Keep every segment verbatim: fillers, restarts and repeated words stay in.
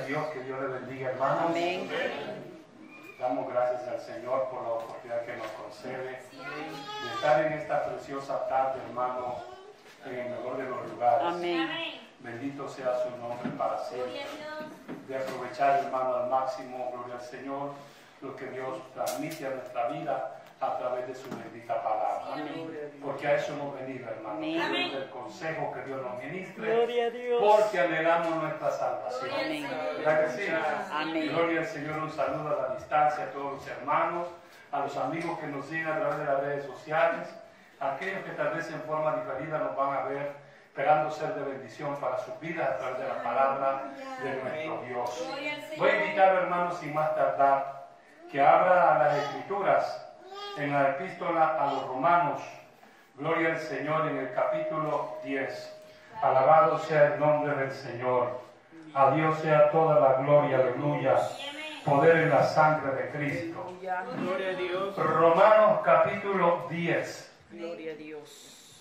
Dios, que Dios le bendiga, hermanos. Amén. Damos gracias al Señor por la oportunidad que nos concede de estar en esta preciosa tarde, hermano, en el mejor de los lugares. Amén. Bendito sea su nombre para siempre. De aprovechar, hermano, al máximo, gloria al Señor, lo que Dios transmite a nuestra vida a través de su bendita palabra. Amén. Porque a eso hemos venido, hermano. Amén. El consejo que Dios nos ministre. Gloria a Dios. Porque anhelamos nuestra salvación. Amén. ¿Verdad que sí? Amén. Gloria al Señor, un saludo a la distancia a todos los hermanos, a los amigos que nos siguen a través de las redes sociales, a aquellos que tal vez en forma diferida nos van a ver, esperando ser de bendición para sus vidas a través de la palabra de nuestro Dios. Voy a invitarlo, hermanos, sin más tardar, que abra las Escrituras en la epístola a los Romanos. Gloria al Señor, en el capítulo diez. Alabado sea el nombre del Señor. A Dios sea toda la gloria, aleluya. Poder en la sangre de Cristo. Gloria a Dios. Romanos capítulo diez. Gloria a Dios.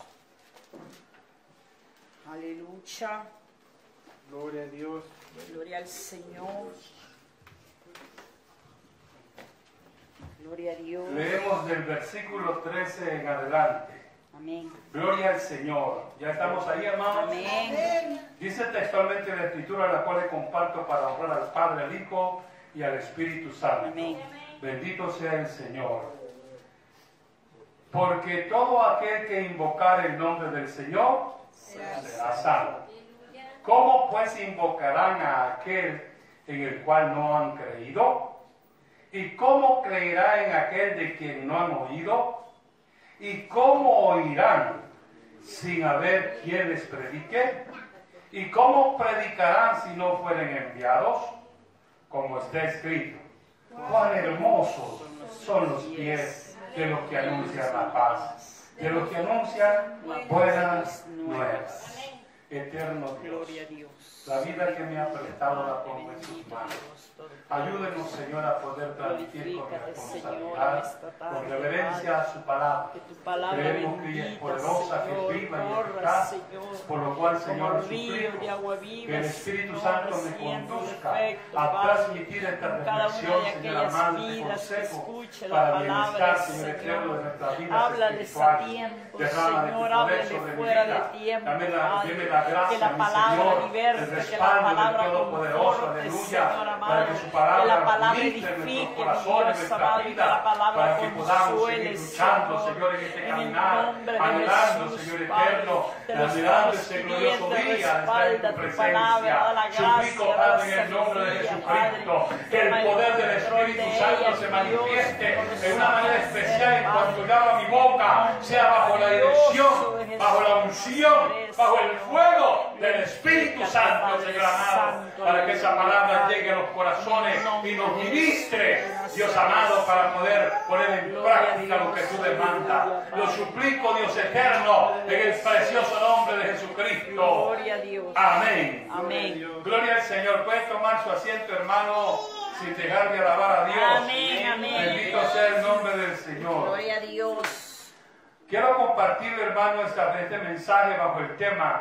Aleluya. Gloria a Dios. Gloria al Señor. Gloria a Dios. Leemos del versículo trece en adelante. Amén. Gloria al Señor. ¿Ya estamos ahí, hermanos? Amén. Dice textualmente la Escritura, la cual le comparto para honrar al Padre, al Hijo y al Espíritu Santo. Amén. Bendito sea el Señor. Porque todo aquel que invocar el nombre del Señor será salvo. ¿Cómo pues invocarán a aquel en el cual no han creído? ¿Y cómo creerá en aquel de quien no han oído? ¿Y cómo oirán sin haber quien les predique? ¿Y cómo predicarán si no fueren enviados? Como está escrito, cuán hermosos son los pies de los que anuncian la paz, de los que anuncian buenas nuevas. Eterno Dios, Gloria a Dios. la vida que me ha prestado la pongo en sus manos. Ayúdenos, Señor, a poder transmitir con responsabilidad, con reverencia a su palabra. Que tu palabra Creemos que ella es poderosa, que es viva y eficaz, por lo cual, Señor, suplico que el Espíritu Santo me conduzca a transmitir esta reflexión, Señor amado, este consejo para bienestar, Señor eterno, de nuestra vida Háblales a tiempo, Señor, háblale fuera de tiempo, Dame la, deme la que gracia, la mi palabra Señor, el liberte, que la respaldo del palabra Todopoderoso, conforte, aleluya, Señor amado, para que su que palabra la palabra ministre en edifique, nuestros corazones, Dios nuestra amado, y que la vida, palabra para que podamos consuele, seguir luchando, Señor, Señor, en este en el caminar, nombre de anhelando, Jesús, Señor Padre, eterno, te lo anhelando estamos ese glorioso pidiendo, día de estar en respalda tu tu palabra, da la presencia. Suplico, gracia, Padre, da en el nombre de sabiduría, Jesucristo, Padre, que el toma el poder del control Espíritu de Santo ella, se Dios, manifieste como de una manera sabes, especial en Padre. cuanto yo abra mi boca, sea bajo la dirección, bajo la unción, bajo el fuego del Espíritu Santo, Señor amado, para que esa palabra llegue a los corazones y nos ministre, Dios amado, para poder poner en práctica lo que tú demandas. Lo suplico, Dios eterno, en el precioso nombre de Jesucristo. Gloria a Dios. Amén. Amén. Gloria al Señor. Puede tomar su asiento, hermano, sin dejar de alabar a Dios. Amén, amén. Bendito sea el nombre del Señor. Gloria a Dios. Quiero compartir, hermano, esta, este mensaje bajo el tema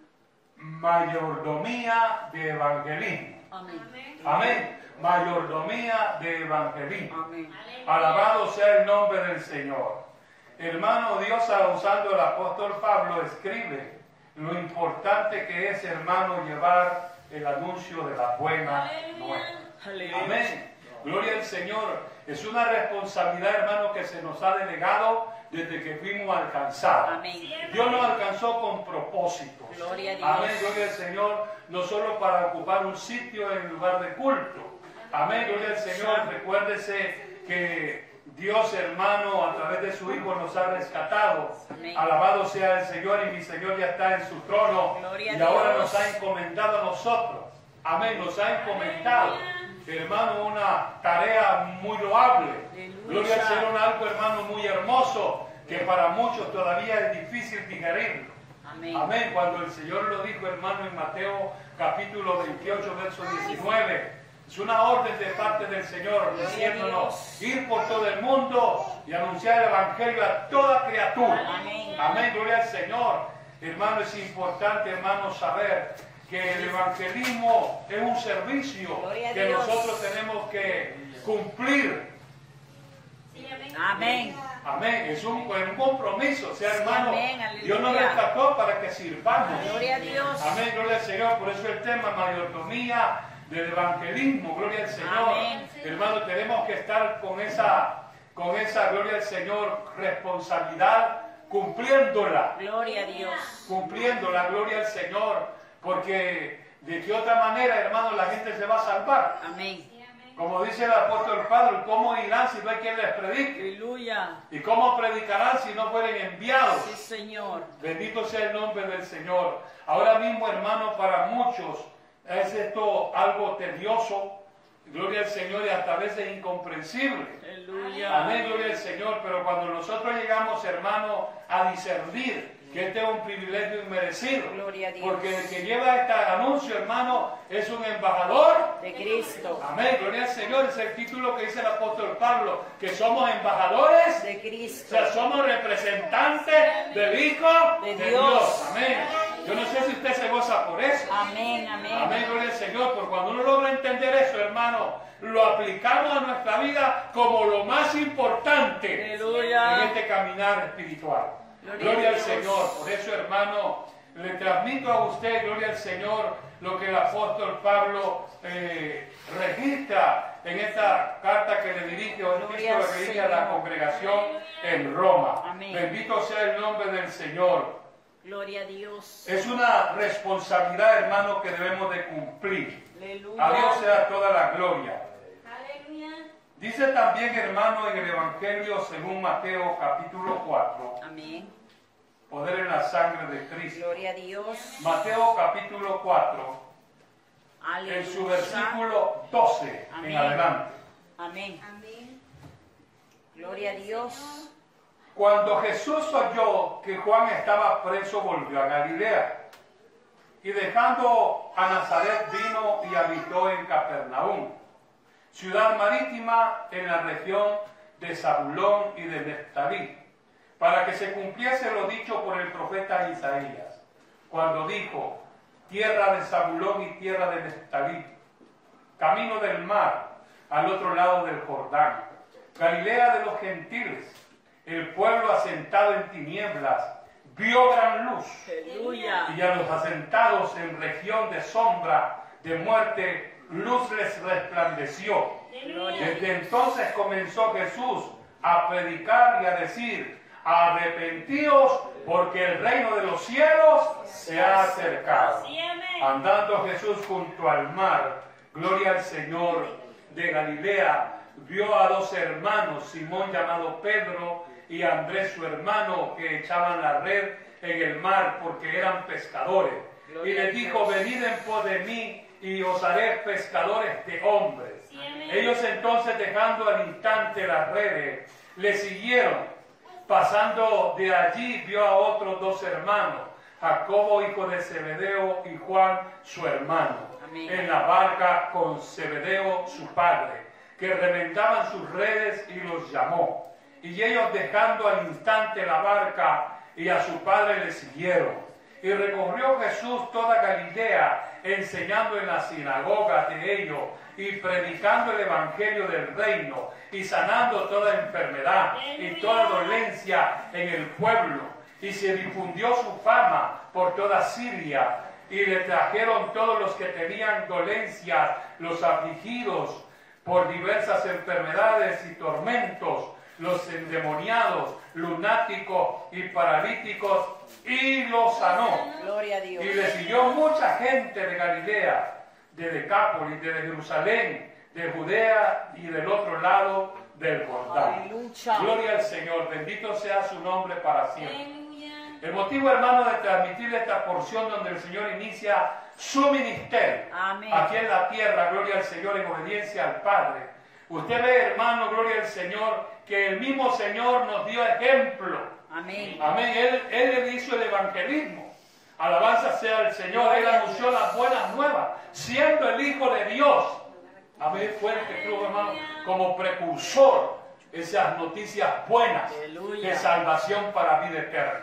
mayordomía de evangelismo. Amén. Amén. Mayordomía de evangelismo. Amén. Alabado sea el nombre del Señor. Hermano, Dios, usando el apóstol Pablo, escribe lo importante que es, hermano, llevar el anuncio de la buena nueva. Amén. Gloria al Señor. Es una responsabilidad, hermano, que se nos ha delegado desde que fuimos alcanzados. Amén. Dios nos alcanzó con propósitos. Gloria a Dios. Amén. Gloria al Señor. No solo para ocupar un sitio en lugar de culto. Amén. Gloria al Señor. Recuérdese que Dios, hermano, a través de su Hijo nos ha rescatado. Amén. Alabado sea el Señor, y mi Señor ya está en su trono. Gloria a Y ahora Dios. nos ha encomendado a nosotros. Amén. Nos ha encomendado, hermano, una tarea muy loable. Aleluya. Gloria al Señor, algo, hermano, muy hermoso, que para muchos todavía es difícil digerirlo. Amén. Amén. Cuando el Señor lo dijo, hermano, en Mateo capítulo veintiocho, verso diecinueve. Es una orden de parte del Señor diciéndonos ir por todo el mundo y anunciar el Evangelio a toda criatura. Amén. Amén. Gloria al Señor. Hermano, es importante, hermano, saber que el evangelismo es un servicio que nosotros tenemos que cumplir. Amén. Amén. Es un, es un compromiso. O sea, hermano, amén, Dios nos rescató para que sirvamos. Gloria a Dios. Amén. Gloria al Señor. Por eso el tema mayordomía del evangelismo. Gloria al Señor. Amén. Hermano, tenemos que estar con esa, con esa, gloria al Señor, responsabilidad, cumpliéndola. Gloria a Dios. Cumpliéndola, gloria al Señor. Porque de qué otra manera, hermano, la gente se va a salvar. Amén. Como dice el apóstol Pablo, ¿cómo irán si no hay quien les predique? Aleluya. ¿Y cómo predicarán si no fueren enviados? Sí, Señor. Bendito sea el nombre del Señor. Ahora mismo, hermano, para muchos es esto algo tedioso, gloria al Señor, y hasta a veces incomprensible. Aleluya. Amén, gloria al Señor. Pero cuando nosotros llegamos, hermano, a discernir que este es un privilegio inmerecido, Gloria a Dios. porque el que lleva este anuncio, hermano, es un embajador De Cristo. Amén, gloria al Señor. Es el título que dice el apóstol Pablo, que somos embajadores, De o Cristo. sea, somos representantes del Hijo De de, Dios. Dios. Amén. Yo no sé si usted se goza por eso. Amén, amén. Amén, gloria al Señor. Porque cuando uno logra entender eso, hermano, lo aplicamos a nuestra vida como lo más importante Aleluya. en este caminar espiritual. Gloria Gloria a al Dios. Señor. Por eso, hermano, le transmito a usted, gloria al Señor, lo que el apóstol Pablo eh, registra en esta carta que le dirige, o en Gloria Cristo al le dirige a la Señor. congregación en Roma. Amén. Bendito sea el nombre del Señor. Gloria a Dios. Es una responsabilidad, hermano, que debemos de cumplir. Aleluya. A Dios sea toda la gloria. Aleluya. Dice también, hermano, en el Evangelio según Mateo capítulo cuatro, Amén. poder en la sangre de Cristo. Gloria a Dios. Mateo capítulo cuatro, Aleluya. en su versículo doce Amén. en adelante. Amén. Amén. Gloria a Dios. Cuando Jesús oyó que Juan estaba preso, volvió a Galilea. Y dejando a Nazaret vino y habitó en Capernaum, ciudad marítima en la región de Zabulón y de Neftalí, para que se cumpliese lo dicho por el profeta Isaías, cuando dijo: tierra de Zabulón y tierra de Neftalí, camino del mar, al otro lado del Jordán, Galilea de los gentiles, el pueblo asentado en tinieblas vio gran luz, Aleluya. y a los asentados en región de sombra de muerte, luz les resplandeció. Gloria. Desde entonces comenzó Jesús a predicar y a decir: arrepentíos, porque el reino de los cielos se ha acercado. Sí, amén. Andando Jesús junto al mar, gloria al Señor, de Galilea, vio a dos hermanos, Simón llamado Pedro y Andrés su hermano, que echaban la red en el mar porque eran pescadores. Y les dijo: venid en pos de mí y os haré pescadores de hombres. Sí, amén. Ellos entonces, dejando al instante las redes, le siguieron. Pasando de allí vio a otros dos hermanos, Jacobo hijo de Zebedeo y Juan su hermano, Amén. en la barca con Zebedeo su padre, que remendaban sus redes, y los llamó. Y ellos, dejando al instante la barca y a su padre, le siguieron. Y recorrió Jesús toda Galilea, enseñando en las sinagogas de ellos y predicando el evangelio del reino y sanando toda enfermedad y toda dolencia en el pueblo. Y se difundió su fama por toda Siria, y le trajeron todos los que tenían dolencias, los afligidos por diversas enfermedades y tormentos, los endemoniados, lunáticos y paralíticos, y los sanó. Gloria a Dios. Y le siguió mucha gente de Galilea, de Decápolis, de Jerusalén, de Judea y del otro lado del Jordán. Aleluya. Gloria al Señor, bendito sea su nombre para siempre. Aleluya. El motivo, hermano, de transmitirle esta porción donde el Señor inicia su ministerio Amén. aquí en la tierra, gloria al Señor, en obediencia al Padre. Usted ve, hermano, gloria al Señor, que el mismo Señor nos dio ejemplo. Amén. Amén. Él, él hizo el evangelismo. Alabanza sea el Señor. Él anunció las buenas nuevas, siendo el Hijo de Dios. Amén. Fue el que tuvo, hermano, como precursor esas noticias buenas Aleluya. de salvación para vida eterna.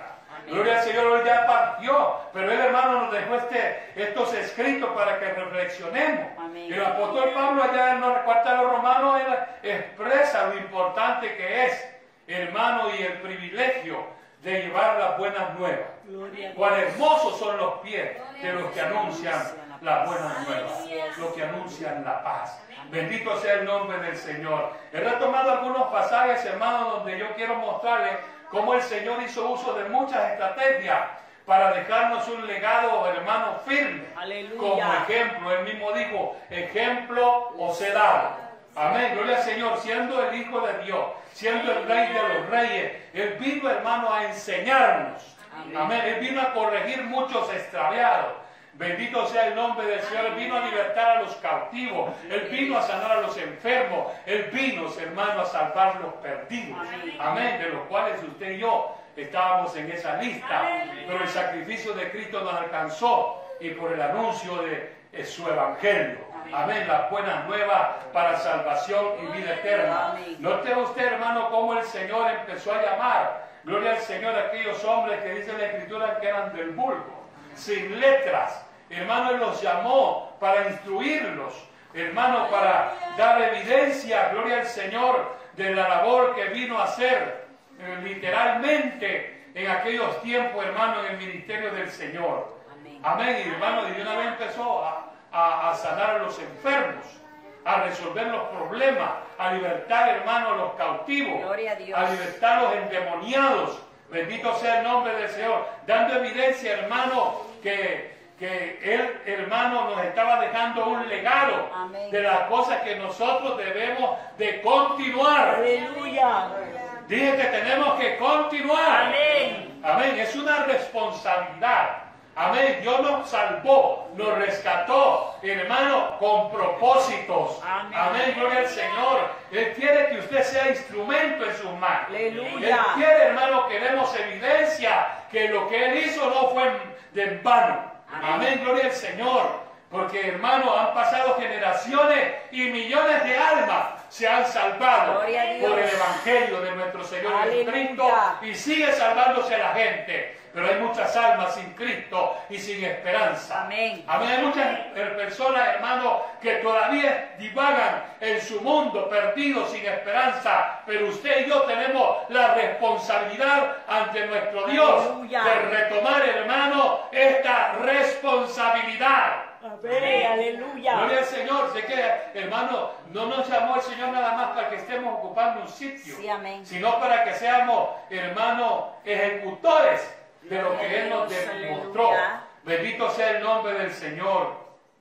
Amén. Gloria al Señor, hoy ya partió, pero el hermano nos dejó este, estos escritos para que reflexionemos. Amén. El apóstol Pablo allá en la carta de los Romanos él expresa lo importante que es, hermano, y el privilegio de llevar las buenas nuevas. Cuán hermosos son los pies de los que anuncian las buenas nuevas, los que anuncian la paz. Bendito sea el nombre del Señor. He retomado algunos pasajes, hermanos, donde yo quiero mostrarles cómo el Señor hizo uso de muchas estrategias para dejarnos un legado, hermano, firme. Aleluya. Como ejemplo, él mismo dijo, ejemplo os he dado. Amén, gloria al Señor, siendo el Hijo de Dios, siendo el Rey de los Reyes, Él vino, hermano, a enseñarnos. Amén. Amén. Él vino a corregir muchos extraviados. Bendito sea el nombre del Señor. Él vino a libertar a los cautivos. Él vino a sanar a los enfermos. Él vino, hermano, a salvar a los perdidos. Amén. Amén. De los cuales usted y yo estábamos en esa lista. Amén. Pero el sacrificio de Cristo nos alcanzó y por el anuncio de, de su evangelio. Amén, las buenas nuevas para salvación y vida eterna. Amén. Note usted, hermano, cómo el Señor empezó a llamar, gloria al Señor, a aquellos hombres que dice la Escritura que eran del vulgo, sin letras. Hermano, Él los llamó para instruirlos, hermano, para dar evidencia, gloria al Señor, de la labor que vino a hacer eh, literalmente en aquellos tiempos, hermano, en el ministerio del Señor. Amén, Amén. Y hermano, y de una vez empezó a A, a sanar a los enfermos, a resolver los problemas, a libertar, hermano, a los cautivos, Gloria a Dios. a libertar a los endemoniados. Bendito sea el nombre del Señor, dando evidencia, hermano, que, que Él, hermano, nos estaba dejando un legado. Amén. De las cosas que nosotros debemos de continuar. Aleluya. Dije que tenemos que continuar. Amén. Amén, es una responsabilidad. Amén, Dios nos salvó, nos rescató, hermano, con propósitos. Amén. Amén, gloria al Señor. Él quiere que usted sea instrumento en sus manos. Aleluya. Él quiere, hermano, que demos evidencia que lo que Él hizo no fue de en vano. Amén. Amén, gloria al Señor. Porque, hermano, han pasado generaciones y millones de almas se han salvado por el Evangelio de nuestro Señor Jesucristo y sigue salvándose la gente. Pero hay muchas almas sin Cristo y sin esperanza. Amén. Amén. Hay muchas personas, hermano, que todavía divagan en su mundo, perdidos, sin esperanza. Pero usted y yo tenemos la responsabilidad ante nuestro Dios. Aleluya. De retomar, hermano, esta responsabilidad. Amén. Aleluya. Gloria al Señor. Sé que, hermano, no nos llamó el Señor nada más para que estemos ocupando un sitio. Sí, amén. Sino para que seamos, hermano, ejecutores de lo que Él nos demostró. Bendito sea el nombre del Señor.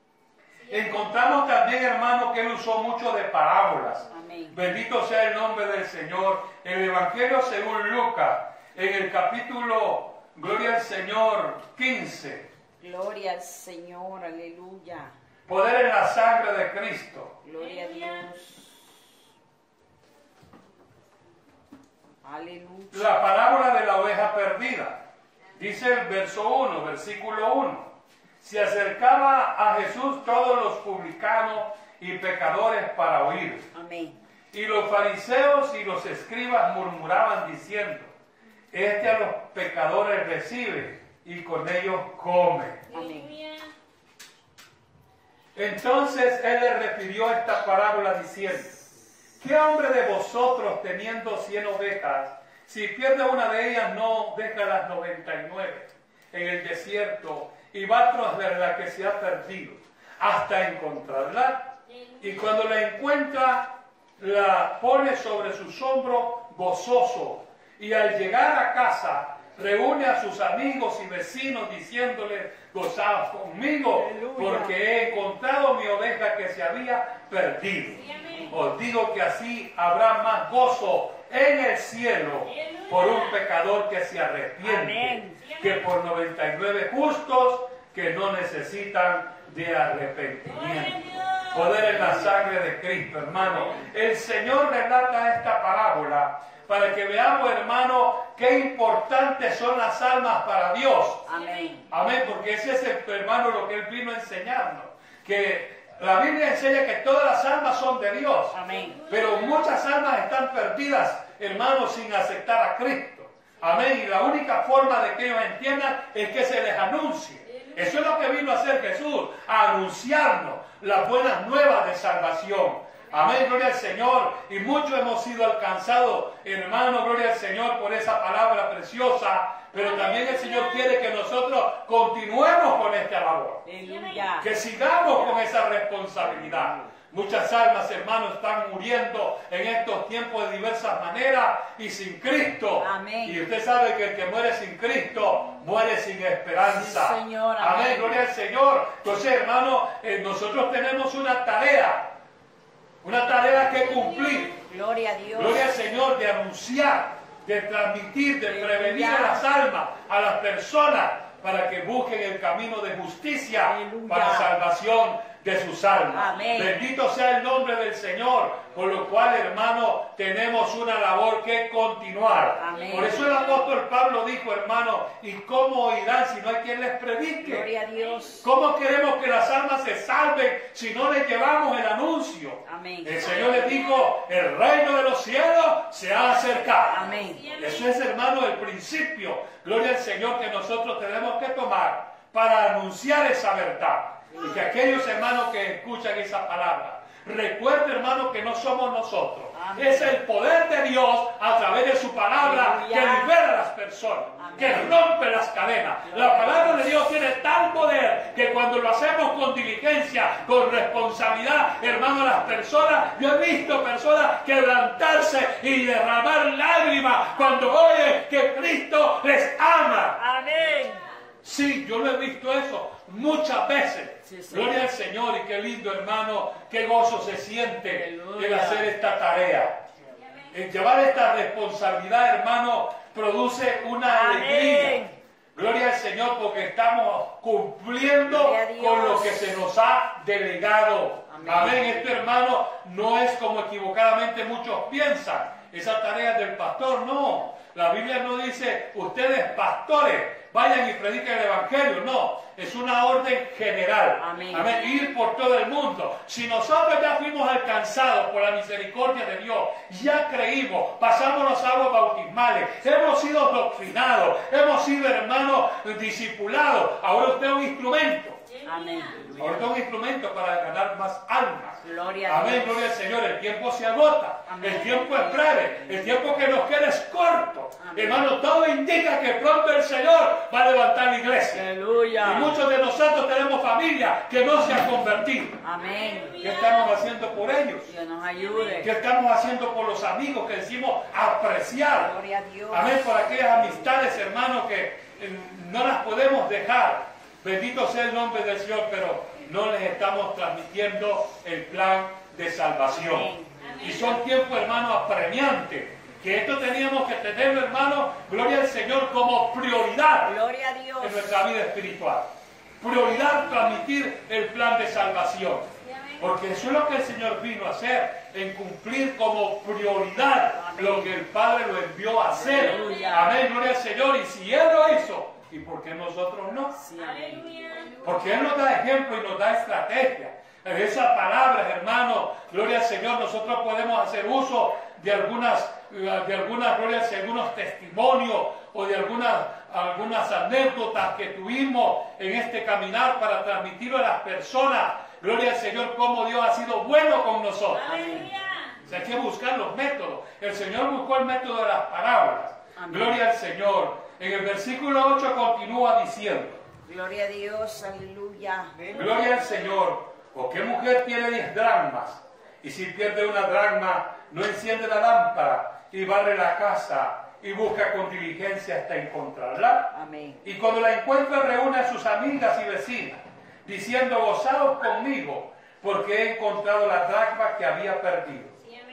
Encontramos también, hermano, que Él usó mucho de parábolas. Amén. Bendito sea el nombre del Señor. El Evangelio según Lucas, en el capítulo, gloria al Señor, quince. Gloria al Señor, aleluya. Poder en la sangre de Cristo. Gloria a Dios. Aleluya. La parábola de la oveja perdida. Dice el verso uno, versículo uno. Se acercaba a Jesús todos los publicanos y pecadores para oír. Amén. Y los fariseos y los escribas murmuraban diciendo, este a los pecadores recibe y con ellos come. Amén. Entonces él le refirió esta parábola diciendo, ¿qué hombre de vosotros teniendo cien ovejas, si pierde una de ellas no deja las noventa y nueve en el desierto y va tras la que se ha perdido hasta encontrarla? Y cuando la encuentra, la pone sobre sus hombros gozoso, y al llegar a casa reúne a sus amigos y vecinos diciéndoles, gozaos conmigo, Aleluya. porque he encontrado mi oveja que se había perdido. Os digo que así habrá más gozo en el cielo por un pecador que se arrepiente. Amén. Que por noventa y nueve justos que no necesitan de arrepentimiento. Poder en la sangre de Cristo, hermano. El Señor relata esta parábola para que veamos, hermano, qué importantes son las almas para Dios. Amén. Amén, porque ese es, el, hermano, lo que Él vino a enseñarnos. Que la Biblia enseña que todas las almas son de Dios. Amén. Pero muchas almas están perdidas, hermanos, sin aceptar a Cristo. Amén. Y la única forma de que ellos entiendan es que se les anuncie. Eso es lo que vino a hacer Jesús, a anunciarnos las buenas nuevas de salvación. Amén, gloria al Señor. Y muchos hemos sido alcanzados, hermano, gloria al Señor, por esa palabra preciosa. Pero también el Señor quiere que nosotros continuemos con esta labor. Aleluya. Que sigamos con esa responsabilidad. Muchas almas, hermanos, están muriendo en estos tiempos de diversas maneras y sin Cristo. Amén. Y usted sabe que el que muere sin Cristo muere sin esperanza. Sí, Señor. Amén, Amén. gloria al Señor. Entonces, hermano, eh, nosotros tenemos una tarea. Una tarea que cumplir. Gloria a Dios. Gloria al Señor, de anunciar, de transmitir, de prevenir a las almas, a las personas, para que busquen el camino de justicia, Aleluya. para salvación de sus almas. Amén. Bendito sea el nombre del Señor, por lo cual, hermano, tenemos una labor que continuar. Amén. Por eso el apóstol Pablo dijo, hermano, ¿y cómo oirán si no hay quien les predique? Gloria a Dios. ¿Cómo queremos que las almas se salven si no les llevamos el anuncio? Amén. El Señor les dijo, el reino de los cielos se ha acercado. Amén. Eso es, hermano, el principio. Gloria al Señor que nosotros tenemos que tomar para anunciar esa verdad. Y que aquellos hermanos que escuchan esa palabra, recuerden, hermano, que no somos nosotros. Amén. Es el poder de Dios a través de su palabra Aleluya. que libera a las personas, Amén. que rompe las cadenas. La palabra de Dios tiene tal poder que cuando lo hacemos con diligencia, con responsabilidad, hermano, las personas, yo he visto personas quebrantarse y derramar lágrimas cuando oyen que Cristo les ama. Amén. Sí, yo lo he visto eso muchas veces. Sí, sí. Gloria al Señor, y qué lindo, hermano, qué gozo se siente Aleluya. en hacer esta tarea. En llevar esta responsabilidad, hermano, produce una Amén. alegría. Gloria al Señor, porque estamos cumpliendo Gloria a Dios. con lo que se nos ha delegado. Amén. Amén. Esto, hermano, no es como equivocadamente muchos piensan. Esa tarea es del pastor, no. La Biblia no dice, ustedes pastores, vayan y prediquen el Evangelio. No, es una orden general. Amén. Amén. Ir por todo el mundo. Si nosotros ya fuimos alcanzados por la misericordia de Dios, ya creímos, pasamos los aguas bautismales, hemos sido doctrinados, hemos sido, hermanos, discipulados. Ahora usted es un instrumento. Amén. Ahora usted es un instrumento para ganar más almas. Gloria a Amén, Dios. gloria al Señor. El tiempo se agota. Amén. El tiempo es breve. El tiempo que nos queda es corto. Amén. Hermano, todo indica que pronto el Señor va a levantar la iglesia. Aleluya. Y muchos de nosotros tenemos familia que no se han convertido. Amén. ¿Qué estamos haciendo por ellos? Dios nos ayude. ¿Qué estamos haciendo por los amigos que decimos apreciar? Gloria a Dios. Amén, por aquellas amistades, hermanos, que eh, no las podemos dejar. Bendito sea el nombre del Señor, pero no les estamos transmitiendo el plan de salvación. Amén. Y son tiempos, hermanos, apremiantes. Que esto teníamos que tenerlo, hermanos, gloria al Señor, como prioridad Gloria a Dios. en nuestra vida espiritual. Prioridad transmitir el plan de salvación. Porque eso es lo que el Señor vino a hacer, en cumplir como prioridad Amén. lo que el Padre lo envió a hacer. Aleluya. Amén, gloria al Señor. Y si Él lo hizo, ¿y por qué nosotros no? Sí, amén. Porque Él nos da ejemplo y nos da estrategia. En esas palabras, hermano, gloria al Señor, nosotros podemos hacer uso de algunas, de algunas, gloria al Señor, algunos testimonios o de algunas, algunas anécdotas que tuvimos en este caminar para transmitirlo a las personas. Gloria al Señor, cómo Dios ha sido bueno con nosotros. O sea, hay que buscar los métodos. El Señor buscó el método de las parábolas. Amén. Gloria al Señor. En el versículo ocho continúa diciendo, Gloria a Dios. Aleluya. gloria al Señor. ¿O qué mujer tiene diez dracmas? Y si pierde una dracma, no enciende la lámpara y barre la casa y busca con diligencia hasta encontrarla. Amén. Y cuando la encuentra, reúne a sus amigas y vecinas, diciendo, gozaos conmigo, porque he encontrado la dracma que había perdido.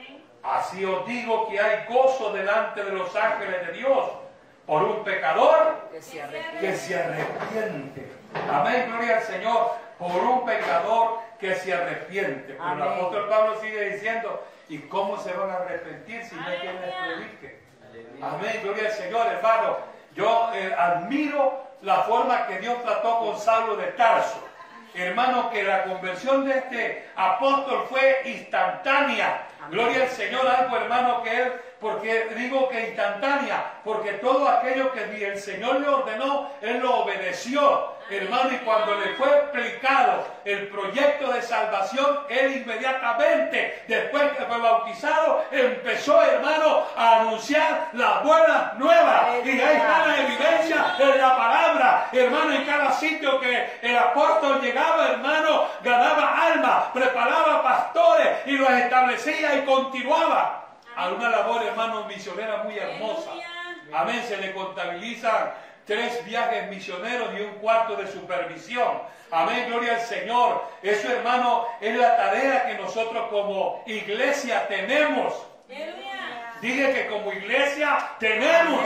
Así os digo que hay gozo delante de los ángeles de Dios por un pecador Que se arrepiente. que se arrepiente. Amén, gloria al Señor, por un pecador que se arrepiente. Pero el Amén. apóstol Pablo sigue diciendo, ¿y cómo se van a arrepentir si no hay quien les predique? Amén, gloria al Señor, hermano. Yo eh, admiro la forma que Dios trató con Saulo de Tarso. Hermano, que la conversión de este apóstol fue instantánea. Amén. Gloria al Señor, algo, hermano, que él ¿Por qué digo que instantánea? Porque todo aquello que el Señor le ordenó, Él lo obedeció, hermano, y cuando le fue explicado el proyecto de salvación, Él inmediatamente, después que fue bautizado, empezó, hermano, a anunciar la buena nueva. Y ahí está la evidencia en la palabra, hermano, en cada sitio que el apóstol llegaba, hermano, ganaba almas, preparaba pastores y los establecía y continuaba a una labor, hermano, misionera muy hermosa. Amén. Se le contabilizan tres viajes misioneros y un cuarto de supervisión. Amén, gloria al Señor. Eso, hermano, es la tarea que nosotros como iglesia tenemos. Dije que como iglesia tenemos.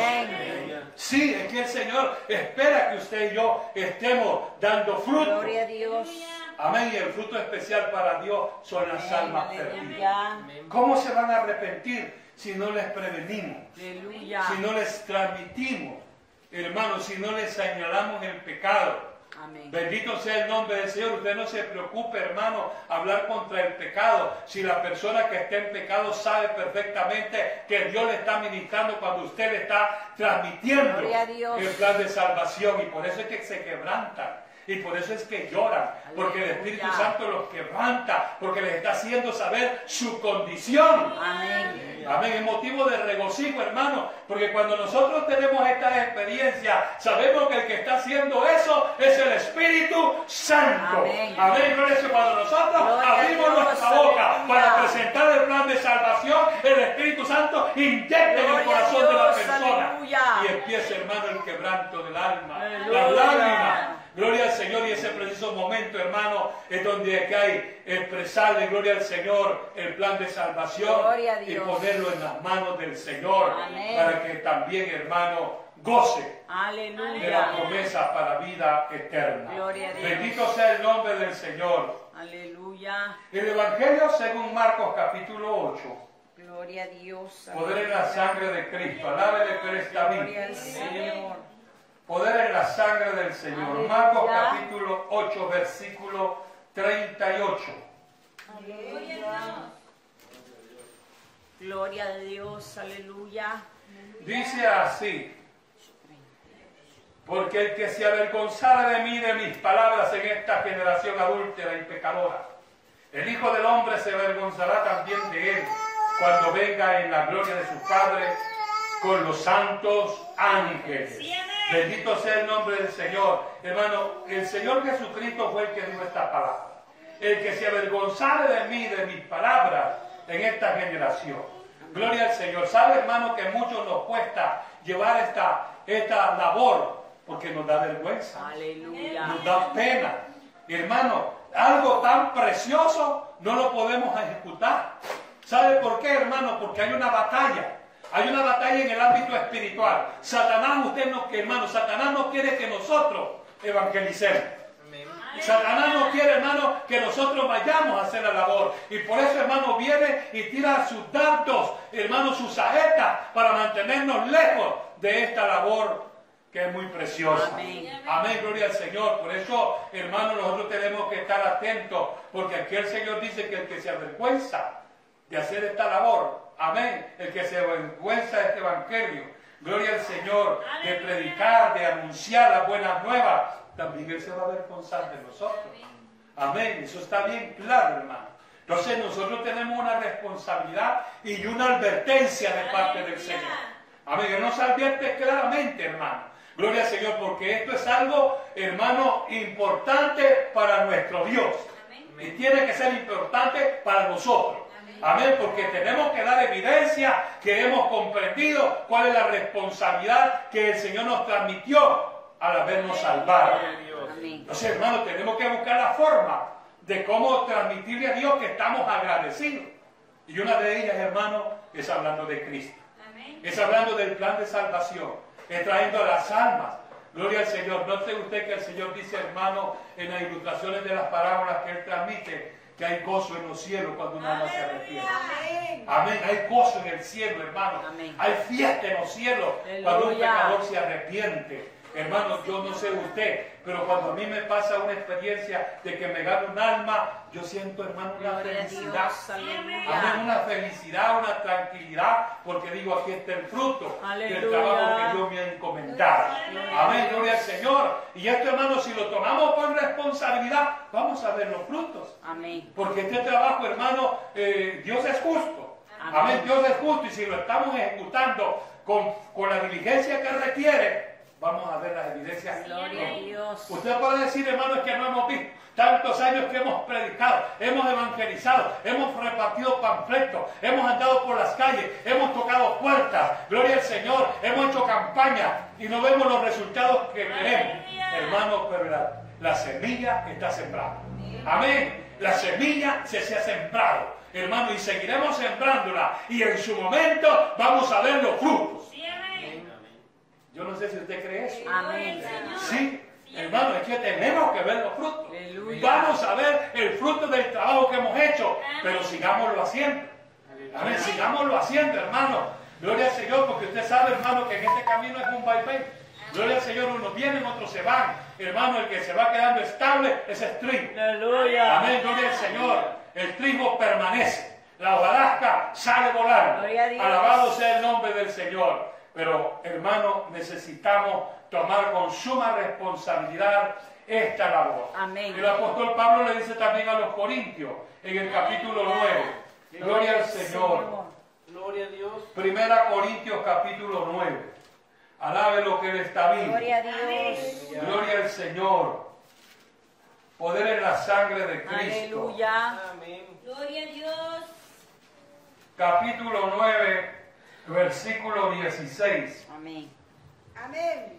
Sí, es que el Señor espera que usted y yo estemos dando fruto. Gloria a Dios. Amén. Y el fruto especial para Dios son las Amén, almas aleluya. perdidas. ¿Cómo se van a arrepentir si no les prevenimos? Aleluya. Si no les transmitimos, hermanos, si no les señalamos el pecado. Amén. Bendito sea el nombre del Señor. Usted no se preocupe, hermano, hablar contra el pecado. Si la persona que está en pecado sabe perfectamente que Dios le está ministrando cuando usted le está transmitiendo el plan de salvación. Y por eso es que se quebrantan. Y por eso es que lloran, porque el Espíritu Santo los quebranta, porque les está haciendo saber su condición. Amén. Amén. Es motivo de regocijo, hermano, porque cuando nosotros tenemos esta experiencia, sabemos que el que está haciendo eso es el Espíritu Santo. Amén. Amén. Gloria a Dios. Cuando nosotros Gloria abrimos Dios, nuestra boca aleluya, para presentar el plan de salvación, el Espíritu Santo inyecta en el Gloria corazón Dios, de la persona. aleluya. Y empieza, hermano, el quebranto del alma, Aleluya. las lágrimas. Gloria al Señor, y ese preciso momento, hermano, es donde hay que expresarle, gloria al Señor, el plan de salvación y ponerlo en las manos del Señor. Amén. Para que también, hermano, goce Aleluya. de la promesa para vida eterna. Gloria a Dios. Bendito sea el nombre del Señor. Aleluya. El Evangelio según Marcos capítulo ocho. Gloria a Dios. Poder en la sangre de Cristo. Alábele que Él está vivo. Gloria al Señor. Poder en la sangre del Señor. Aleluya. Marcos capítulo ocho, versículo treinta y ocho. Aleluya. Gloria a Dios, aleluya. Dice así: porque el que se avergonzara de mí, de mis palabras en esta generación adúltera y pecadora, el Hijo del Hombre se avergonzará también de él cuando venga en la gloria de su Padre con los santos ángeles. Bendito sea el nombre del Señor. Hermano, el Señor Jesucristo fue el que dijo esta palabra. El que se avergonzare de mí, de mis palabras, en esta generación. Gloria al Señor. ¿Sabe, hermano, que mucho nos cuesta llevar esta, esta labor? Porque nos da vergüenza. Aleluya. Nos da pena. Hermano, algo tan precioso no lo podemos ejecutar. ¿Sabe por qué, hermano? Porque hay una batalla. Hay una batalla en el ámbito espiritual. Satanás, usted no, hermano, Satanás no quiere que nosotros evangelicemos. Amén. Satanás no quiere, hermano, que nosotros vayamos a hacer la labor. Y por eso, hermano, viene y tira sus dardos, hermano, sus saetas, para mantenernos lejos de esta labor que es muy preciosa. Amén. Amén, gloria al Señor. Por eso, hermano, nosotros tenemos que estar atentos, porque aquí el Señor dice que el que se avergüenza de hacer esta labor, amén, el que se avergüenza de este evangelio, gloria al Señor, de predicar, de anunciar las buenas nuevas, también Él se va a avergonzar de nosotros. Amén, eso está bien claro, hermano. Entonces nosotros tenemos una responsabilidad y una advertencia de parte del Señor. Amén, Él nos advierte claramente, hermano. Gloria al Señor, porque esto es algo, hermano, importante para nuestro Dios. Y tiene que ser importante para nosotros. Amén, porque tenemos que dar evidencia que hemos comprendido cuál es la responsabilidad que el Señor nos transmitió al habernos salvado. Amén. Entonces, hermano, tenemos que buscar la forma de cómo transmitirle a Dios que estamos agradecidos. Y una de ellas, hermano, es hablando de Cristo. Es hablando del plan de salvación. Es trayendo a las almas. Gloria al Señor. Note usted que el Señor dice, hermano, en las ilustraciones de las parábolas que Él transmite, que hay gozo en los cielos cuando un alma se arrepiente. Amén. Amén. Hay gozo en el cielo, hermano. Amén. Hay fiesta en los cielos Aleluya. cuando un pecador se arrepiente. Hermano, yo no sé usted, pero cuando a mí me pasa una experiencia de que me gano un alma, yo siento, hermano, una felicidad. Amén, una felicidad, una tranquilidad, porque digo, aquí está el fruto Aleluya. del trabajo que Dios me ha encomendado. Amén, gloria al Señor. Y esto, hermano, si lo tomamos con responsabilidad, vamos a ver los frutos. Amén. Porque este trabajo, hermano, eh, Dios es justo. Amén. Amén, Dios es justo, y si lo estamos ejecutando con, con la diligencia que requiere, vamos a ver las evidencias. Gloria a Dios. Usted puede decir, hermano, es que no hemos visto tantos años que hemos predicado, hemos evangelizado, hemos repartido panfletos, hemos andado por las calles, hemos tocado puertas, gloria al Señor, hemos hecho campaña y no vemos los resultados que queremos. Hermano, pero la, la semilla está sembrada. Amén. La semilla se, se ha sembrado, hermano, y seguiremos sembrándola, y en su momento vamos a ver los frutos. Yo no sé si usted cree eso. Amén. Sí, hermano, es que tenemos que ver los frutos. Aleluya. Vamos a ver el fruto del trabajo que hemos hecho, pero sigámoslo haciendo. Amén, sigámoslo haciendo, hermano. Gloria al Señor, porque usted sabe, hermano, que en este camino es un vaivén. Gloria al Señor, unos vienen, otros se van. Hermano, el que se va quedando estable es el trigo. Aleluya. Amén, gloria al Señor. El trigo permanece. La hojarasca sale volando. Gloria a Dios. Alabado sea el nombre del Señor. Pero, hermano, necesitamos tomar con suma responsabilidad esta labor. Amén. El apóstol Pablo le dice también a los corintios, en el capítulo nueve, gloria al Señor. Gloria a Dios. Primera Corintios capítulo nueve. Alabe lo que Él está vivo. Gloria a Dios. Gloria al Señor. Poder en la sangre de Cristo. Aleluya. Amén. Gloria a Dios. Capítulo nueve, versículo dieciséis. Amén. Amén.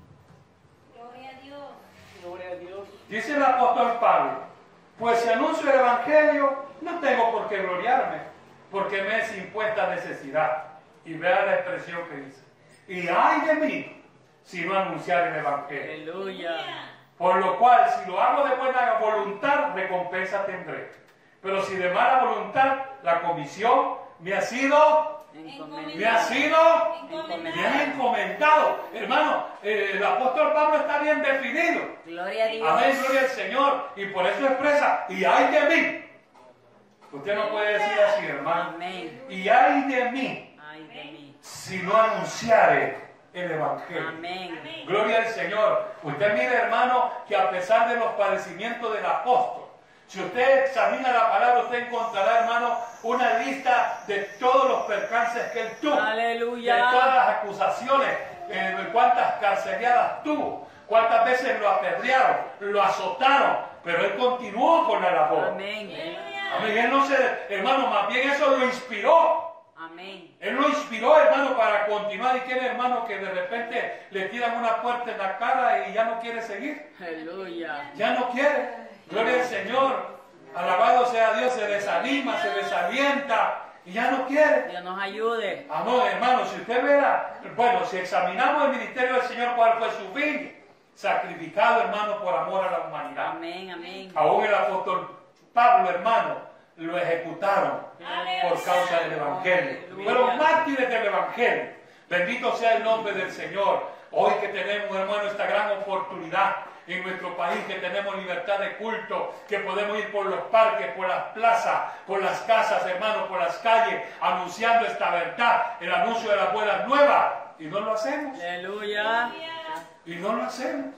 Gloria a Dios. Gloria a Dios. Dice el apóstol Pablo, pues si anuncio el Evangelio, no tengo por qué gloriarme, porque me es impuesta necesidad. Y vea la expresión que dice, y ay de mí, si no anunciar el Evangelio. Aleluya. Por lo cual, si lo hago de buena voluntad, recompensa tendré. Pero si de mala voluntad, la comisión me ha sido, me ha sido bien encomendado. Hermano, eh, el apóstol Pablo está bien definido. Gloria a Dios. Amén, gloria al Señor. Y por eso expresa, y ay de mí. Usted no puede decir así, hermano. Amén. Y ay de mí, Ay de mí. si no anunciare el Evangelio. Amén. Gloria al Señor. Usted mire, hermano, que a pesar de los padecimientos del apóstol, si usted examina la palabra, usted encontrará, hermano, una lista de todos los percances que él tuvo. Aleluya. De todas las acusaciones, eh, de cuántas carceleadas tuvo, cuántas veces lo apedrearon, lo azotaron, pero él continuó con la labor. Amén. Amén. Él no se, hermano, más bien eso lo inspiró. Amén. Él lo inspiró, hermano, para continuar. Y tiene, hermano, que de repente le tiran una puerta en la cara y ya no quiere seguir. Aleluya. Ya no quiere. Gloria al Señor. Alabado sea Dios. Se desanima, se desalienta y ya no quiere. Dios nos ayude. Amor, hermano, si usted verá, bueno, si examinamos el ministerio del Señor, ¿cuál fue su fin? Sacrificado, hermano, por amor a la humanidad. Amén, amén. Aún el apóstol Pablo, hermano, lo ejecutaron por causa del Evangelio. Fueron mártires del Evangelio. Bendito sea el nombre del Señor. Hoy que tenemos, hermano, esta gran oportunidad en nuestro país, que tenemos libertad de culto, que podemos ir por los parques, por las plazas, por las casas, hermano, por las calles, anunciando esta verdad, el anuncio de las buenas nuevas. Y no lo hacemos. Aleluya. Y no lo hacemos.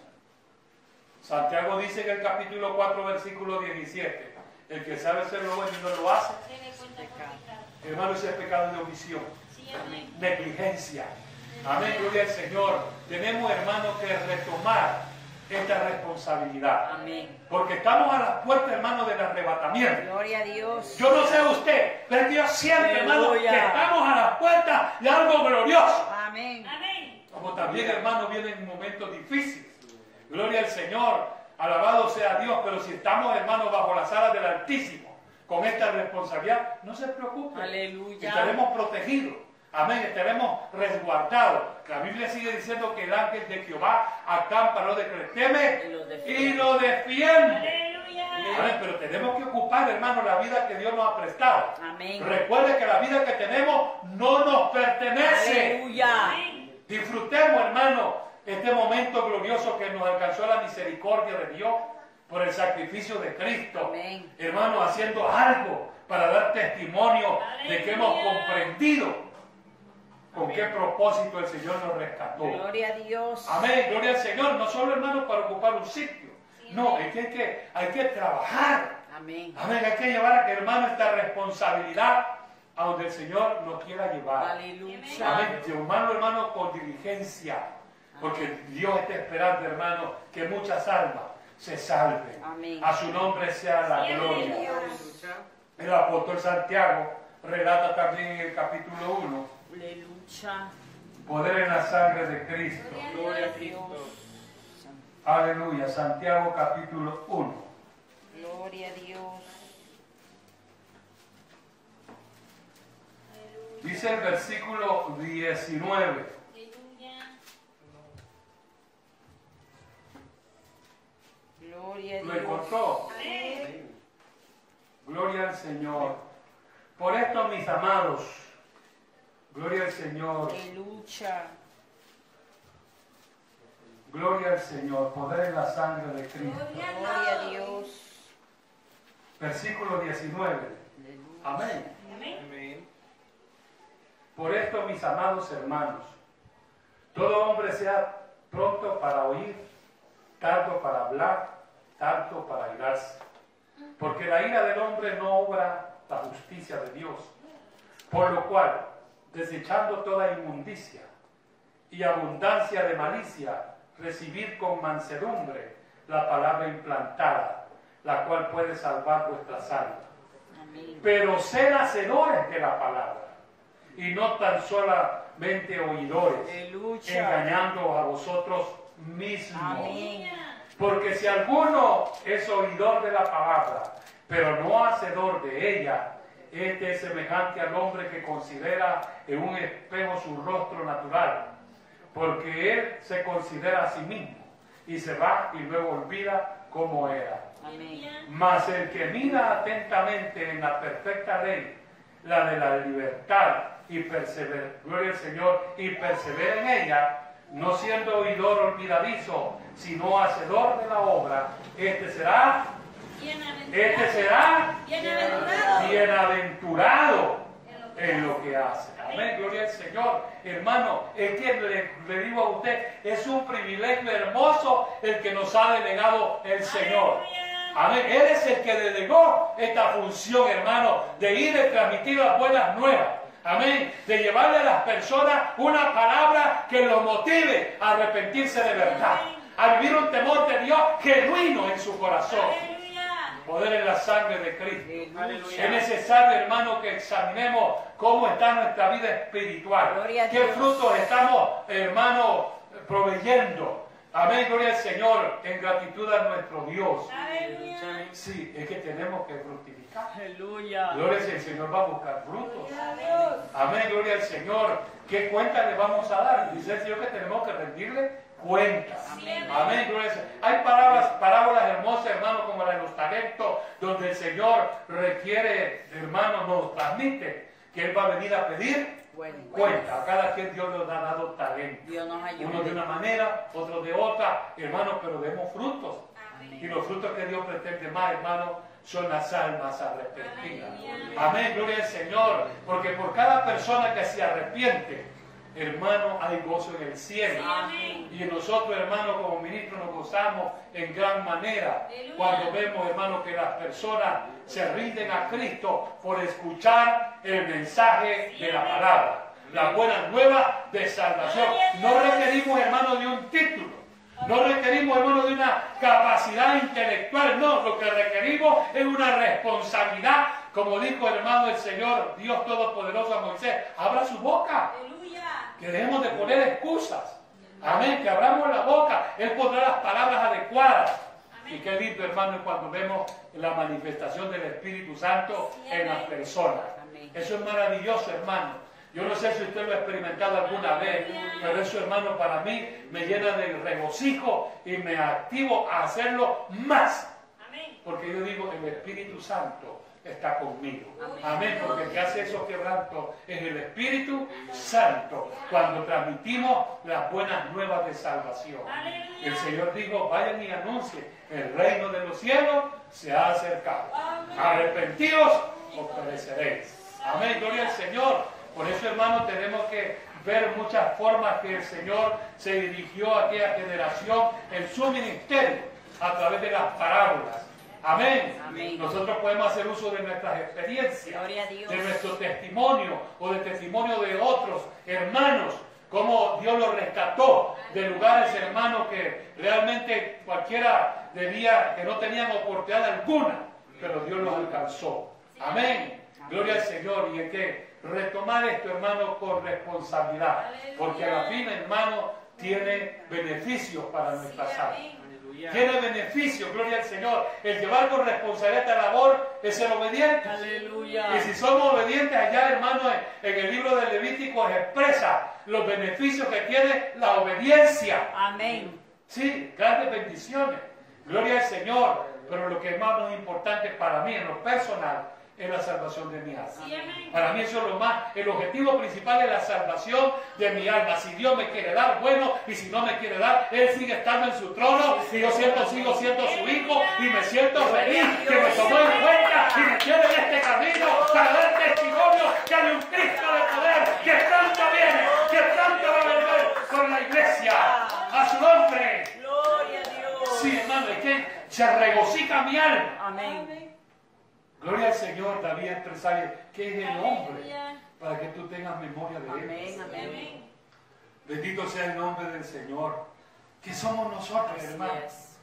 Santiago dice en el capítulo cuatro, versículo diecisiete, el que sabe hacer lo bueno y no lo hace, hermano, ese es pecado de omisión, negligencia. Amén, gloria al Señor. Tenemos, hermano, que retomar esta responsabilidad. Amén. Porque estamos a las puertas, hermano, del arrebatamiento. Gloria a Dios. Yo no sé usted, pero Dios siempre, hermano, que Aleluya. estamos a las puertas de algo glorioso. Amén. Como también, hermano, vienen momentos difíciles. Gloria al Señor. Alabado sea Dios, pero si estamos, hermanos, bajo las alas del Altísimo, con esta responsabilidad, no se preocupe. Aleluya. Estaremos protegidos. Amén, estaremos resguardados. La Biblia sigue diciendo que el ángel de Jehová acampa, lo teme Y lo defiende. y lo defiende. Aleluya. Amén, pero tenemos que ocupar, hermano, la vida que Dios nos ha prestado. Amén. Recuerde que la vida que tenemos no nos pertenece. Aleluya. Disfrutemos, hermano, este momento glorioso que nos alcanzó la misericordia de Dios por el sacrificio de Cristo. Amén. Hermano, haciendo algo para dar testimonio de que hemos comprendido con qué propósito el Señor nos rescató. Gloria a Dios. Amén, gloria al Señor. No solo, hermano, para ocupar un sitio. No, es que hay que, hay que trabajar. Amén. Amén, hay que llevar a que, hermano, esta responsabilidad a donde el Señor nos quiera llevar. Aleluya. Amén, hermano, hermano, con diligencia. Porque Dios está esperando, hermano, que muchas almas se salven. Amén. A su nombre sea la gloria. Aleluya. El apóstol Santiago relata también en el capítulo uno, Aleluya. poder en la sangre de Cristo. Gloria a Cristo. Aleluya, Santiago capítulo uno. Gloria a Dios. Dice el versículo diecinueve. Gloria a ¿Lo Dios. encontró? Gloria al Señor. Por esto, mis amados, gloria al Señor. Aleluya. Gloria al Señor. Poder en la sangre de Cristo. Gloria a Dios. Versículo diecinueve. Amén. Amén. Por esto, mis amados hermanos, todo hombre sea pronto para oír, tardo para hablar, tardo para irarse. Porque la ira del hombre no obra la justicia de Dios. Por lo cual, desechando toda inmundicia y abundancia de malicia, recibid con mansedumbre la palabra implantada, la cual puede salvar vuestras almas. Amén. Pero sed hacedores de la palabra, y no tan solamente oidores, Aleluya. engañando a vosotros mismos. Amén. Porque si alguno es oidor de la palabra, pero no hacedor de ella, este es semejante al hombre que considera en un espejo su rostro natural, porque él se considera a sí mismo, y se va y luego olvida cómo era. Amén. Mas el que mira atentamente en la perfecta ley, la de la libertad, y persevera, gloria al Señor, y persevera en ella, no siendo oidor olvidadizo, sino hacedor de la obra, este será, este será Bienaventurado. bienaventurado en lo que hace. Amén, gloria al Señor. Hermano, es que le, le digo a usted, es un privilegio hermoso el que nos ha delegado el Señor. Amén. Él es el que delegó esta función, hermano, de ir y transmitir las buenas nuevas. Amén. De llevarle a las personas una palabra que los motive a arrepentirse de verdad. A vivir un temor de Dios genuino en su corazón. Poder en la sangre de Cristo. Aleluya. Es necesario, hermano, que examinemos cómo está nuestra vida espiritual. Gloria a ¿Qué Dios. frutos estamos, hermano, proveyendo? Amén, gloria al Señor, en gratitud a nuestro Dios. Sí, es que tenemos que fructificar. Aleluya. Gloria al Señor, el Señor va a buscar frutos. Amén, gloria al Señor. ¿Qué cuenta le vamos a dar? Dice el Señor que tenemos que rendirle cuentas. Amén. Amén, gloria al Señor. Hay parábolas, parábolas hermosas, hermano, como la de los talentos, donde el Señor requiere, hermano, nos transmite que Él va a venir a pedir Bueno, cuenta. A cada quien Dios nos ha dado talento. Dios nos ayude. Uno de una manera, otro de otra, hermano, pero demos frutos. Y los frutos que Dios pretende más, hermano, son las almas arrepentidas. Amén, gloria al Señor. Porque por cada persona que se arrepiente, hermano, hay gozo en el cielo. Amén. Y nosotros, hermano, como ministros nos gozamos en gran manera cuando vemos, hermano, que las personas se rinden a Cristo por escuchar el mensaje de la palabra, la buena nueva de salvación. No requerimos, hermano, de un título. No requerimos, hermano, de una capacidad intelectual. No, lo que requerimos es una responsabilidad. Como dijo, hermano, el Señor, Dios Todopoderoso a Moisés, abra su boca. Que dejemos de poner excusas. Amén, que abramos la boca. Él pondrá las palabras adecuadas. Y qué lindo, hermano, cuando vemos la manifestación del Espíritu Santo en las personas. Eso es maravilloso, hermano. Yo no sé si usted lo ha experimentado alguna vez, pero eso, hermano, para mí me llena de regocijo y me activo a hacerlo más. Porque yo digo, el Espíritu Santo está conmigo. Amén, porque el que hace esos quebrantos es el Espíritu Santo, cuando transmitimos las buenas nuevas de salvación. El Señor dijo, vayan y anuncien, el reino de los cielos se ha acercado. Arrepentidos o pereceréis. Amén, gloria al Señor. Por eso, hermanos, tenemos que ver muchas formas que el Señor se dirigió a aquella generación en su ministerio, a través de las parábolas. Amén. Amén. Nosotros podemos hacer uso de nuestras experiencias, Gloria a Dios. de nuestro testimonio o de testimonio de otros hermanos, cómo Dios los rescató de lugares, hermanos, que realmente cualquiera debía, que no tenían oportunidad alguna, pero Dios los alcanzó. Amén. Gloria al Señor. Y hay que retomar esto, hermano, con responsabilidad, porque a la fin, hermano, tiene beneficios para nuestras almas. Tiene beneficio, gloria al Señor. El llevar con responsabilidad esta labor es ser obediente. Aleluya. Y si somos obedientes, allá, hermano, en, en el libro de Levítico expresa los beneficios que tiene la obediencia. Amén. Sí, grandes bendiciones. Gloria al Señor. Pero lo que es más importante para mí, en lo personal, es la salvación de mi alma. Para mí eso es lo más, el objetivo principal es la salvación de mi alma. Si Dios me quiere dar, bueno, y si no me quiere dar, Él sigue estando en su trono, y yo siento, sigo siendo su hijo, y me siento feliz que me tomó en cuenta y me tiene en este camino para dar testimonio que hay un Cristo de poder, que pronto viene, que pronto va a volver con la iglesia, a su nombre. Gloria a Dios. Sí, hermano, es que se regocija mi alma. Amén. Gloria al Señor. David expresaba que es el hombre para que tú tengas memoria de él. Amén, amén. Bendito sea el nombre del Señor. ¿Qué somos nosotros, Así hermanos? es.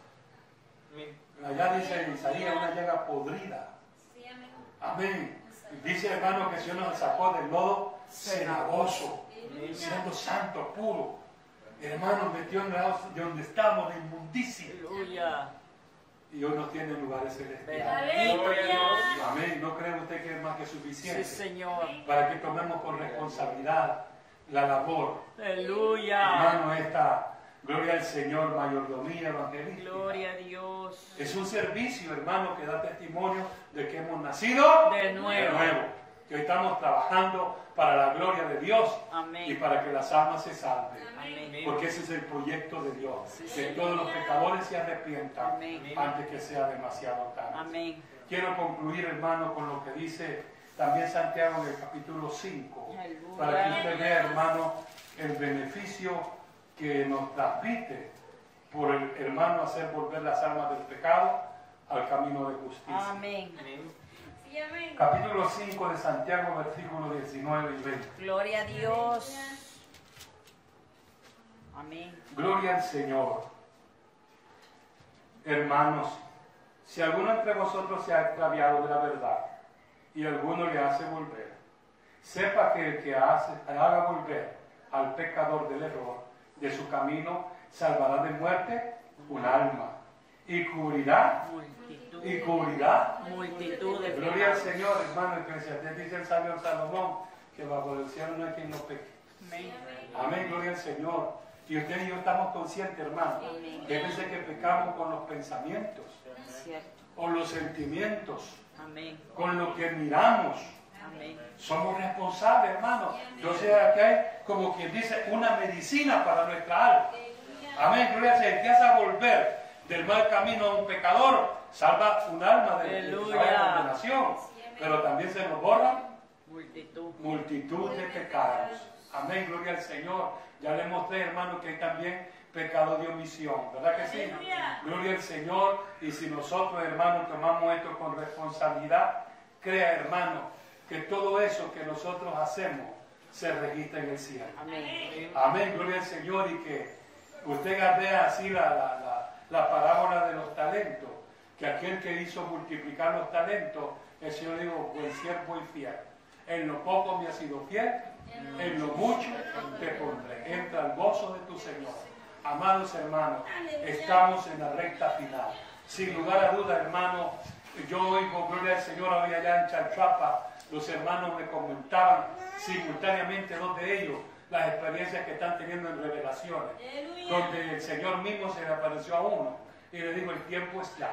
Allá dice en Isaías una llaga podrida. Amén. Dice, hermano, que el Señor nos sacó del lodo cenagoso, siendo santo, puro. Hermano, metió en la de donde estamos, la inmundicia. Aleluya. Y hoy nos tiene en lugares celestiales. Aleluya. Amén. ¿No cree usted que es más que suficiente? Sí, Señor. Para que tomemos con responsabilidad la labor. Aleluya. Hermano, esta, gloria al Señor, mayordomía evangelística. Gloria a Dios. Es un servicio, hermano, que da testimonio de que hemos nacido De nuevo. Que hoy estamos trabajando para la gloria de Dios. Amén. Y para que las almas se salven. Amén. Porque ese es el proyecto de Dios. Sí, Que Señor. todos los pecadores se arrepientan Amén. antes que sea demasiado tarde. Amén. Quiero concluir, hermano, con lo que dice también Santiago en el capítulo cinco, para que usted vea, hermano, el beneficio que nos transmite por el hermano hacer volver las almas del pecado al camino de justicia. Amén. Capítulo cinco de Santiago, versículos diecinueve y veinte. Gloria a Dios. Amén. Gloria al Señor. Hermanos, si alguno entre vosotros se ha extraviado de la verdad y alguno le hace volver, sepa que el que hace, haga volver al pecador del error de su camino, salvará de muerte un alma y cubrirá, Multitud. y cubrirá. Multitud de Gloria al pecados. Señor, hermano. Eclesiastés dice el sabio Salomón que bajo el cielo no hay quien no peque. Amén. Amén, gloria al Señor. Y usted y yo estamos conscientes, hermano, Amén. que hay veces que pecamos con los pensamientos, Cierto. o los sentimientos, Amén. con lo que miramos. Amén. Somos responsables, hermano. Entonces aquí hay, como quien dice, una medicina para nuestra alma. Amén, gloria al Señor. El que hace volver del mal camino a un pecador, salva un alma de, de la condenación. Pero también se nos borran Multitud. multitud de pecados. Amén, gloria al Señor. Ya le mostré, hermano, que hay también pecado de omisión, ¿verdad que sí? Gloria al Señor. Y si nosotros, hermano, tomamos esto con responsabilidad, crea, hermano, que todo eso que nosotros hacemos se registra en el cielo. Amén. Amén, gloria al Señor. Y que usted vea así la, la, la, la parábola de los talentos, que aquel que hizo multiplicar los talentos, el Señor dijo, buen siervo y fiel. En lo poco me has sido fiel, en lo mucho te pondré. Entra al gozo de tu Señor. Amados hermanos, estamos en la recta final. Sin lugar a duda, hermano, yo oigo, gloria al Señor, hoy allá en Chalchuapa, los hermanos me comentaban simultáneamente, dos de ellos, las experiencias que están teniendo en revelaciones, donde el Señor mismo se le apareció a uno y le dijo, el tiempo es ya.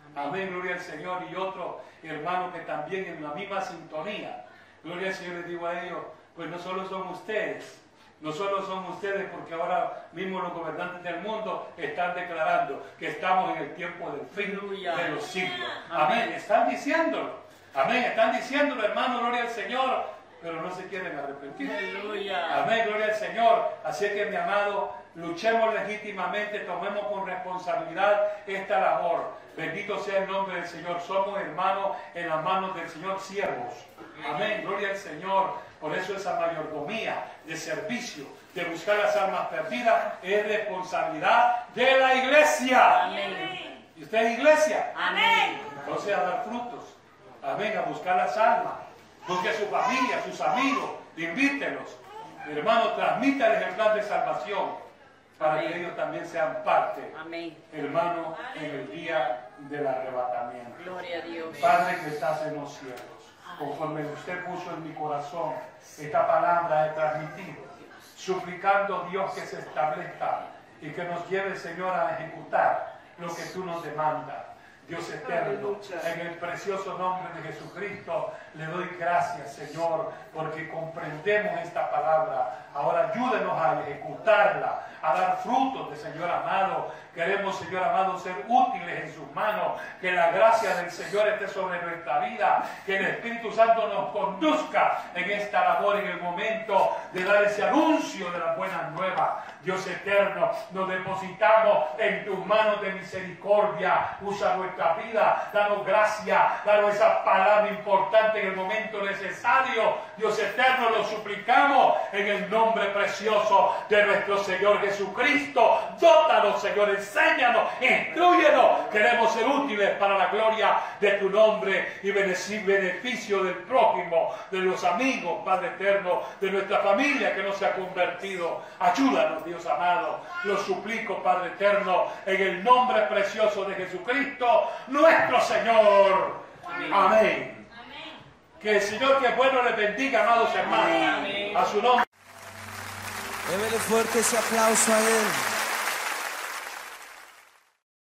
Amén, gloria al Señor. Y otro hermano que también en la misma sintonía. Gloria al Señor, les digo a ellos, pues no solo son ustedes, no solo son ustedes, porque ahora mismo los gobernantes del mundo están declarando que estamos en el tiempo del fin de los siglos. Amén, están diciéndolo. Amén, están diciéndolo, hermano, gloria al Señor, pero no se quieren arrepentir. Aleluya. Amén, gloria al Señor. Así que, mi amado, luchemos legítimamente, tomemos con responsabilidad esta labor. Bendito sea el nombre del Señor. Somos hermanos en las manos del Señor, siervos. Amén, gloria al Señor. Por eso esa mayordomía de servicio, de buscar las almas perdidas, es responsabilidad de la iglesia. Amén. ¿Y usted es iglesia? Amén. Entonces a dar frutos. Amén, a buscar las almas. Busque a su familia, a sus amigos, invítelos. Hermano, transmítales el plan de salvación para Amén. que ellos también sean parte, Amén. hermano, en el día del arrebatamiento. Gloria a Dios. Padre que estás en los cielos, conforme usted puso en mi corazón esta palabra de transmitido, suplicando Dios que se establezca y que nos lleve, Señor, a ejecutar lo que tú nos demandas. Dios eterno, en el precioso nombre de Jesucristo, le doy gracias, Señor, porque comprendemos esta palabra. Ahora ayúdenos a ejecutarla, a dar frutos de Señor amado. Queremos, Señor amado, ser útiles en sus manos. Que la gracia del Señor esté sobre nuestra vida. Que el Espíritu Santo nos conduzca en esta labor, en el momento de dar ese anuncio de las buenas nuevas. Dios eterno, nos depositamos en tus manos de misericordia. Usa nuestra vida, danos gracia, danos esa palabra importante en el momento necesario. Dios eterno, lo suplicamos en el nombre precioso de nuestro Señor Jesucristo. Dótanos, Señor, enséñanos, instruyenos. Queremos ser útiles para la gloria de tu nombre y beneficio del prójimo, de los amigos, Padre eterno, de nuestra familia que no se ha convertido. Ayúdanos, Dios amado. Lo suplico, Padre eterno, en el nombre precioso de Jesucristo, nuestro Señor. Amén. Amén. Que el Señor, que es bueno, les bendiga, amados hermanos. Amén. A su nombre. Démele fuerte ese aplauso a Él.